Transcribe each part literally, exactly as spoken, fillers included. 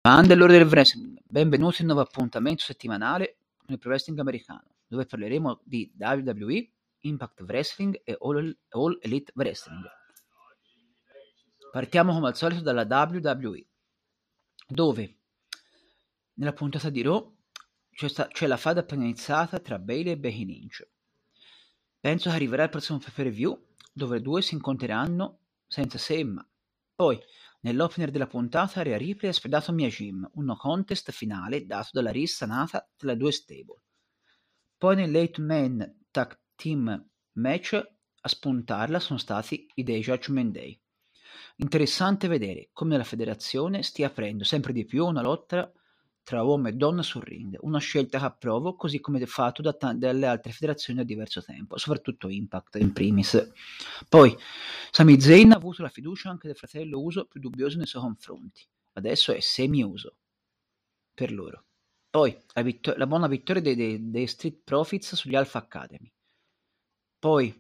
Fan dell'Ordine del Wrestling, benvenuti a un nuovo appuntamento settimanale con il Pro Wrestling americano, dove parleremo di W W E, Impact Wrestling e All, All Elite Wrestling. Partiamo come al solito dalla W W E, dove nella puntata di Raw c'è, sta- c'è la faida appena iniziata tra Bayley e Becky Lynch. Penso che arriverà il prossimo pay-per-view, dove i due si incontreranno senza se e ma. Poi, nell'opener della puntata, Rhea Ripley ha sfidato Mia Jim, un no contest finale dato dalla rissa nata tra le due stable. Poi nell'Eight Man Tag Team Match a spuntarla sono stati i dei Judgment Day. Interessante vedere come la federazione stia aprendo sempre di più una lotta tra uomo e donna sul ring, una scelta che approvo, così come fatto da t- dalle altre federazioni da diverso tempo, soprattutto Impact in primis. Poi, Sami Zayn ha avuto la fiducia anche del fratello Uso, più dubbioso nei suoi confronti. Adesso è semi-Uso per loro. Poi, la, vittor- la buona vittoria dei, dei, dei Street Profits sugli Alpha Academy. Poi,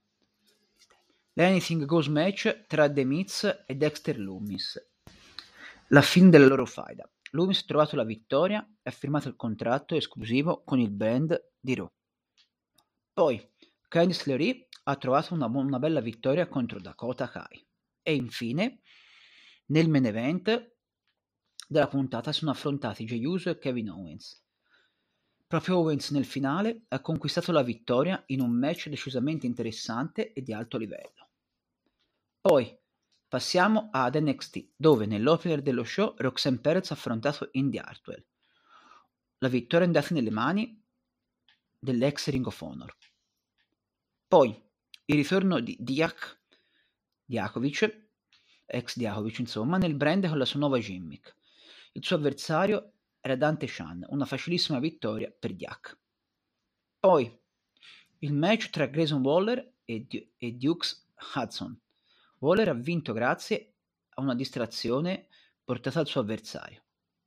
l'Anything Goes match tra The Miz e Dexter Lumis. La fine della loro faida. Lumis ha trovato la vittoria e ha firmato il contratto esclusivo con il brand di Raw. Poi, Candice LeRae ha trovato una, una bella vittoria contro Dakota Kai. E infine, nel main event della puntata sono affrontati Jey Uso e Kevin Owens. Proprio Owens nel finale ha conquistato la vittoria in un match decisamente interessante e di alto livello. Poi passiamo ad N X T, dove nell'opener dello show Roxanne Perez ha affrontato Indy Hartwell. La vittoria è andata nelle mani dell'ex Ring of Honor. Poi il ritorno di Diak Diakovic, ex Diakovic insomma, nel brand con la sua nuova gimmick. Il suo avversario era Dante Chan, una facilissima vittoria per Diak. Poi il match tra Grayson Waller e, du- e Dukes Hudson. Waller ha vinto grazie a una distrazione portata al suo avversario.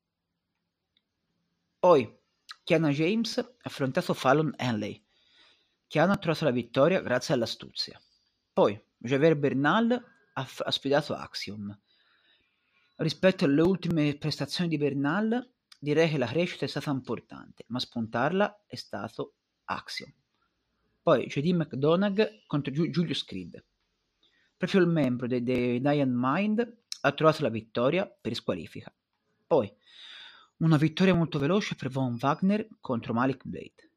Poi Kiana James ha affrontato Fallon Henley. Kiana ha trovato la vittoria grazie all'astuzia. Poi Javier Bernal ha, f- ha sfidato Axiom. Rispetto alle ultime prestazioni di Bernal, direi che la crescita è stata importante, ma spuntarla è stato Axiom. Poi J D McDonagh contro Ju- Julius Creed. Proprio il membro dei, dei Diamond Mind ha trovato la vittoria per squalifica. Poi una vittoria molto veloce per Von Wagner contro Malik Blade.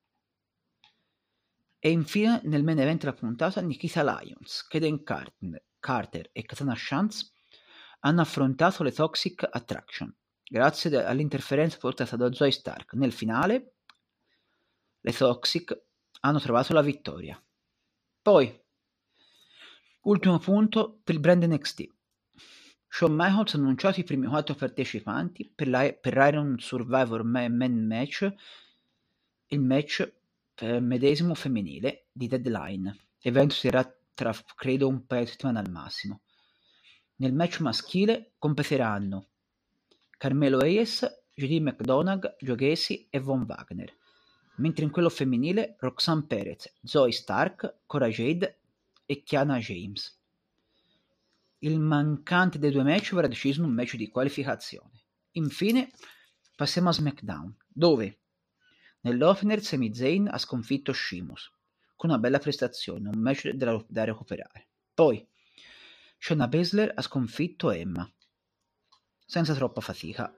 E infine nel main event della puntata Nikita Lyons, Kaden Carter, Carter e Katana Chance hanno affrontato le Toxic Attraction grazie de- all'interferenza portata da Zoe Stark. Nel finale le Toxic hanno trovato la vittoria. Poi ultimo punto per il brand N X T. Shawn Michaels ha annunciato i primi quattro partecipanti per, la, per Iron Survivor Man Match, il match eh, medesimo femminile di Deadline. L'evento si terrà tra credo un paio di settimane al massimo. Nel match maschile competeranno Carmelo Hayes, J D McDonagh, Joe Gacy e Von Wagner, mentre in quello femminile Roxanne Perez, Zoe Stark, Cora Jade e Kiana James. Il mancante dei due match verrà deciso in un match di qualificazione. Infine passiamo a SmackDown, dove nell'opener Sami Zayn ha sconfitto Sheamus con una bella prestazione, un match da, da recuperare. Poi Shayna Baszler ha sconfitto Emma senza troppa fatica.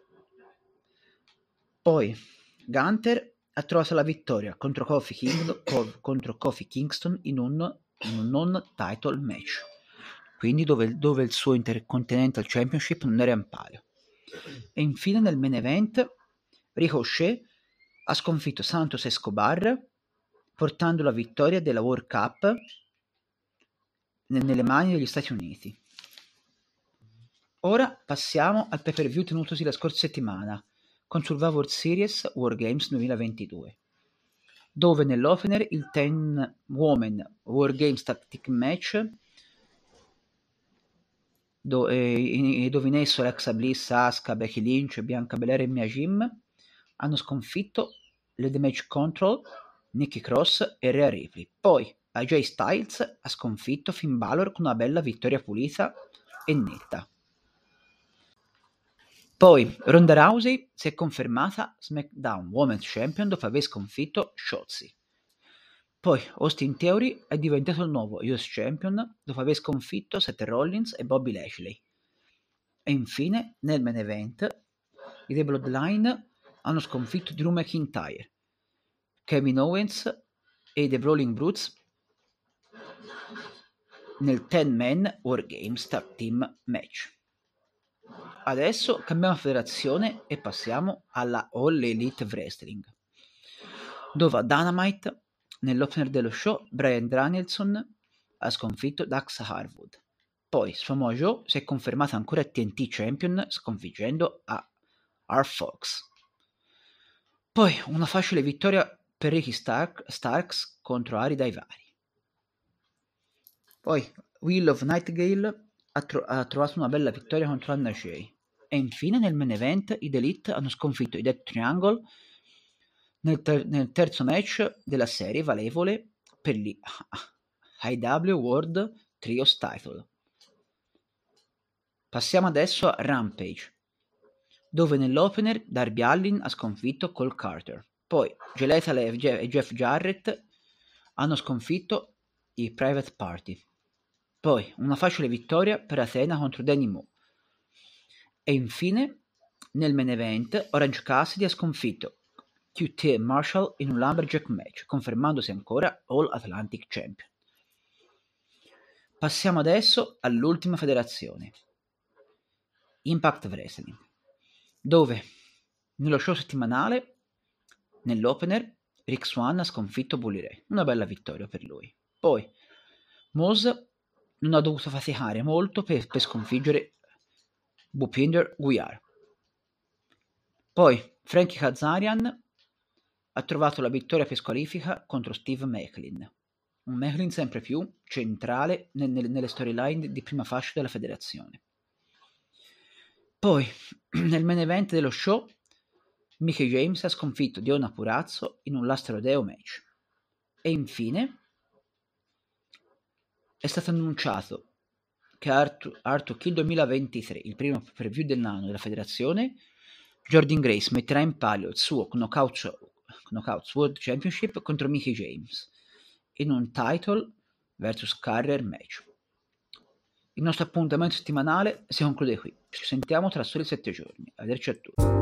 Poi Gunther ha trovato la vittoria contro Kofi, King, contro Kofi Kingston in un, in un non title match, quindi dove, dove il suo Intercontinental Championship non era in palio. E infine nel main event Ricochet ha sconfitto Santos Escobar portando la vittoria della World Cup nelle mani degli Stati Uniti. Ora passiamo al pay-per-view tenutosi la scorsa settimana con Survivor Series War Games duemilaventidue, dove nell'opener il ten Women War Games Tactic Match dove, dove in esso Alexa Bliss, Asuka, Becky Lynch, Bianca Belair e Mia Jim hanno sconfitto le Damage Control, Nikki Cross e Rhea Ripley. Poi A J Styles ha sconfitto Finn Balor con una bella vittoria pulita e netta. Poi Ronda Rousey si è confermata SmackDown Women's Champion dopo aver sconfitto Shotzi. Poi Austin Theory è diventato il nuovo U S Champion dopo aver sconfitto Seth Rollins e Bobby Lashley. E infine, nel main event, i The Bloodline hanno sconfitto Drew McIntyre, Kevin Owens e i The Brawling Brutes nel ten man War Games Tag Team Match. Adesso cambiamo federazione e passiamo alla All Elite Wrestling, dove a Dynamite, nell'opener dello show, Bryan Danielson ha sconfitto Dax Harwood. Poi Samoa Joe si è confermata ancora T N T Champion sconfiggendo a R. Fox. Poi una facile vittoria per Ricky Stark, Starks contro Ari Daivari. Poi Will of Nightingale ha, tro- ha trovato una bella vittoria contro Anna Jay. E infine nel main event i The Elite hanno sconfitto i Death Triangle nel, ter- nel terzo match della serie valevole per gli I W World Trios Title. Passiamo adesso a Rampage, dove nell'opener Darby Allin ha sconfitto Cole Carter. Poi Jay Lethal e Jeff Jarrett hanno sconfitto i Private Party. Poi una facile vittoria per Athena contro Danny Moore. E infine nel main event Orange Cassidy ha sconfitto Q T e Marshall in un Lumberjack match, confermandosi ancora All Atlantic Champion. Passiamo adesso all'ultima federazione, Impact Wrestling, dove nello show settimanale, nell'opener, Rick Swann ha sconfitto Bully Ray, una bella vittoria per lui. Poi Moose non ha dovuto faticare molto per, per sconfiggere Bhupinder Guyar. Poi Frankie Kazarian ha trovato la vittoria per squalifica contro Steve Macklin, un Macklin sempre più centrale nel, nel, nelle storyline di prima fascia della federazione. Poi nel main event dello show Mickie James ha sconfitto Diona Purazzo in un Last Rodeo match. E infine è stato annunciato che Arthur, Arthur Kill duemilaventitré, il primo preview dell'anno della federazione, Jordan Grace metterà in palio il suo Knockouts, Knockouts World Championship contro Mickie James in un title versus Carrier match. Il nostro appuntamento settimanale si conclude qui. Ci sentiamo tra soli sette giorni. Arrivederci a tutti.